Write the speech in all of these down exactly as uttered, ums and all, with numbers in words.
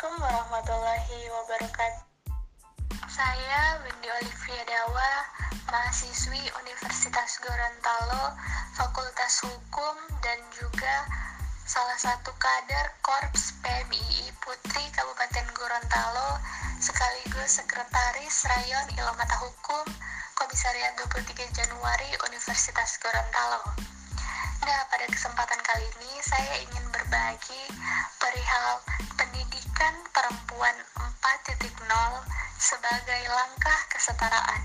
Assalamualaikum warahmatullahi wabarakatuh. Saya Windy Olivia Dawa, mahasiswi Universitas Gorontalo, Fakultas Hukum, dan juga salah satu kader Korps P M I I Putri Kabupaten Gorontalo, sekaligus Sekretaris Rayon Ilmata Hukum, Komisariat dua puluh tiga Januari Universitas Gorontalo. Nah, pada kesempatan kali ini saya ingin berbagi perihal pendidikan perempuan empat titik nol sebagai langkah kesetaraan.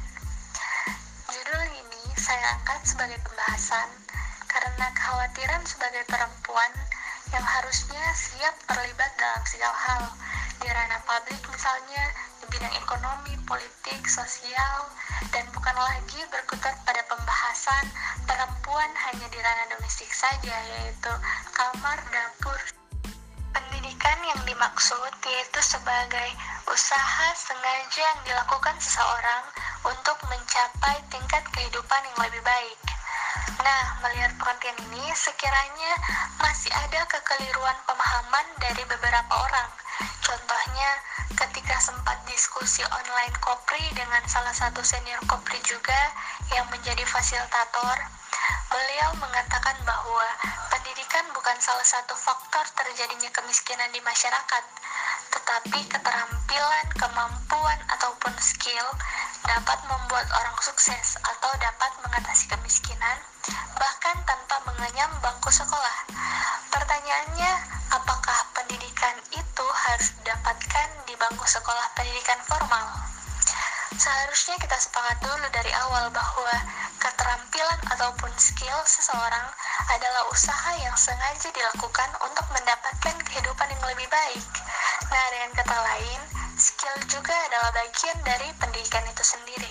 Judul ini saya angkat sebagai pembahasan karena kekhawatiran sebagai perempuan yang harusnya siap terlibat dalam segala hal di ranah publik, misalnya di bidang ekonomi, politik, sosial, dan bukan lagi berkutat pada pembahasan perempuan hanya di ranah domestik saja, yaitu kamar, dapur. Pendidikan yang dimaksud yaitu sebagai usaha sengaja yang dilakukan seseorang untuk mencapai tingkat kehidupan yang lebih baik. Nah, melihat pengertian ini, sekiranya masih ada kekeliruan pemahaman dari beberapa orang. Contohnya, ketika sempat diskusi online Kopri dengan salah satu senior Kopri juga yang menjadi fasilitator, beliau mengatakan bahwa pendidikan bukan salah satu faktor terjadinya kemiskinan di masyarakat, tetapi keterampilan, kemampuan, ataupun skill dapat membuat orang sukses atau dapat mengatasi kemiskinan, bahkan tanpa mengenyam bangku sekolah. Pertanyaannya, apakah pendidikan itu harus didapatkan di bangku sekolah pendidikan formal? Seharusnya kita sepakat dulu dari awal bahwa keterampilan ataupun skill seseorang adalah usaha yang sengaja dilakukan untuk mendapatkan kehidupan yang lebih baik. Nah, dengan kata lain, skill juga adalah bagian dari pendidikan itu sendiri.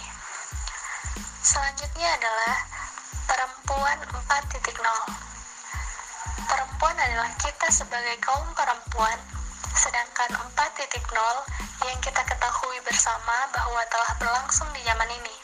Selanjutnya adalah perempuan empat titik nol. Perempuan adalah kita sebagai kaum perempuan, sedangkan empat titik nol yang kita ketahui bersama bahwa telah berlangsung di zaman ini.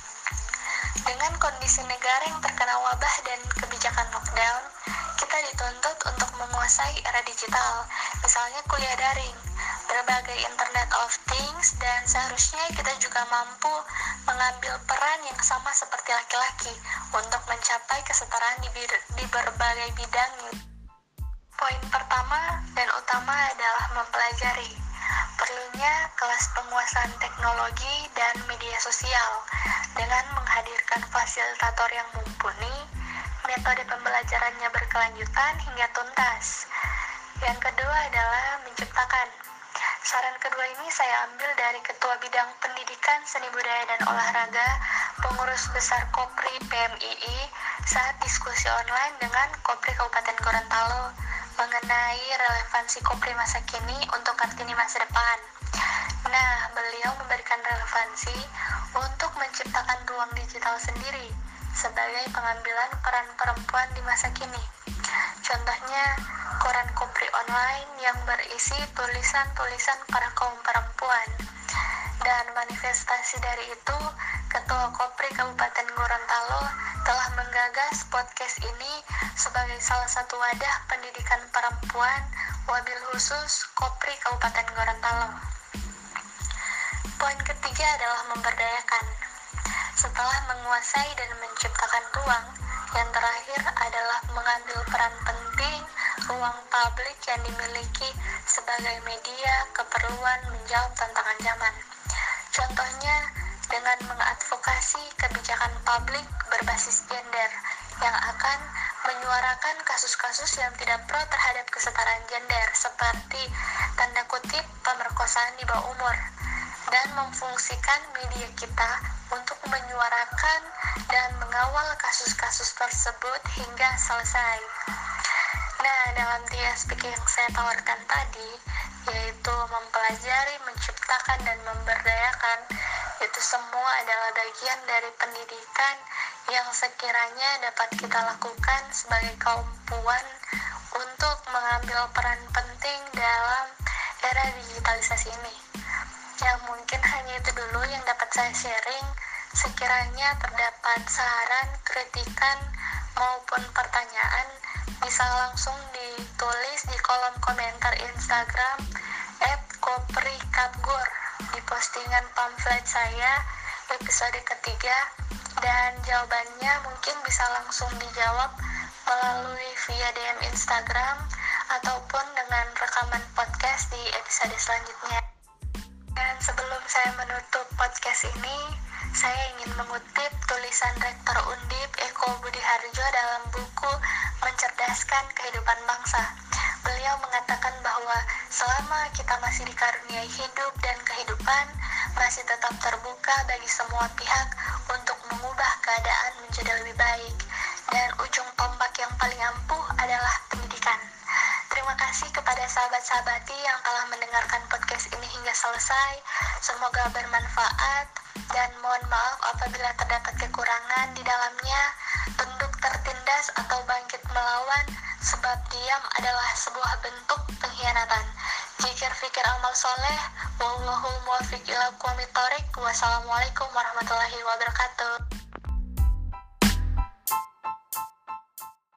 Dengan kondisi negara yang terkena wabah dan kebijakan lockdown, kita dituntut untuk menguasai era digital, misalnya kuliah daring, berbagai Internet of Things, dan seharusnya kita juga mampu mengambil peran yang sama seperti laki-laki untuk mencapai kesetaraan di, bir- di berbagai bidang. Poin pertama dan utama adalah mempelajari perlunya kelas penguasaan teknologi dan media sosial dengan menghadirkan fasilitator yang mumpuni, metode pembelajarannya berkelanjutan hingga tuntas. Yang kedua adalah menciptakan. Saran kedua ini saya ambil dari Ketua Bidang Pendidikan, Seni Budaya dan Olahraga, Pengurus Besar Kopri P M I I saat diskusi online dengan Kopri Kabupaten Gorontalo mengenai relevansi Kopri masa kini untuk Kartini masa depan. Nah, beliau memberikan relevansi untuk menciptakan ruang digital sendiri sebagai pengambilan peran perempuan di masa kini. Contohnya, koran Kopri online yang berisi tulisan-tulisan para kaum perempuan. Dan manifestasi dari itu, Ketua Kopri Kabupaten Gorontalo telah menggagas podcast ini sebagai salah satu wadah pendidikan perempuan, wabil khusus Kopri Kabupaten Gorontalo. Poin ketiga adalah memberdayakan. Setelah menguasai dan menciptakan ruang, yang terakhir adalah mengambil peran penting ruang publik yang dimiliki sebagai media keperluan menjawab tantangan zaman. Contohnya, dengan mengadvokasi kebijakan publik berbasis gender yang akan menyuarakan kasus-kasus yang tidak pro terhadap kesetaraan gender seperti tanda kutip pemerkosaan di bawah umur, dan memfungsikan media kita untuk menyuarakan dan mengawal kasus-kasus tersebut hingga selesai. Nah, dalam tiga aspek yang saya tawarkan tadi, yaitu mempelajari, menciptakan, dan memberdayakan, itu semua adalah bagian dari pendidikan yang sekiranya dapat kita lakukan sebagai kaum puan untuk mengambil peran penting dalam era digitalisasi ini. Yang mungkin hanya itu dulu yang dapat saya sharing. Sekiranya terdapat saran, kritikan, maupun pertanyaan, bisa langsung ditulis di kolom komentar Instagram at Kopri Kabgur di postingan pamflet saya episode ketiga, dan jawabannya mungkin bisa langsung dijawab melalui via D M Instagram ataupun dengan rekaman podcast di episode selanjutnya. Dan sebelum saya menutup podcast ini, saya ingin mengutip tulisan Rektor Undip Eko Budiharjo dalam buku Mencerdaskan Kehidupan Bangsa. Beliau mengatakan bahwa selama kita masih dikaruniai hidup dan kehidupan, masih tetap terbuka bagi semua pihak untuk mengubah keadaan menjadi lebih baik. Dan ujung tombak yang paling ampuh adalah pendidikan. Terima kasih kepada sahabat-sahabati yang telah mendengarkan podcast ini hingga selesai. Semoga bermanfaat dan mohon maaf apabila terdapat kekurangan di dalamnya. Tunduk tertindas atau bangkit melawan, sebab diam adalah sebuah bentuk pengkhianatan. Zikir fikir amal soleh. Wallahul muwaffiq ila aqwamit thoriq. Wassalamualaikum warahmatullahi wabarakatuh.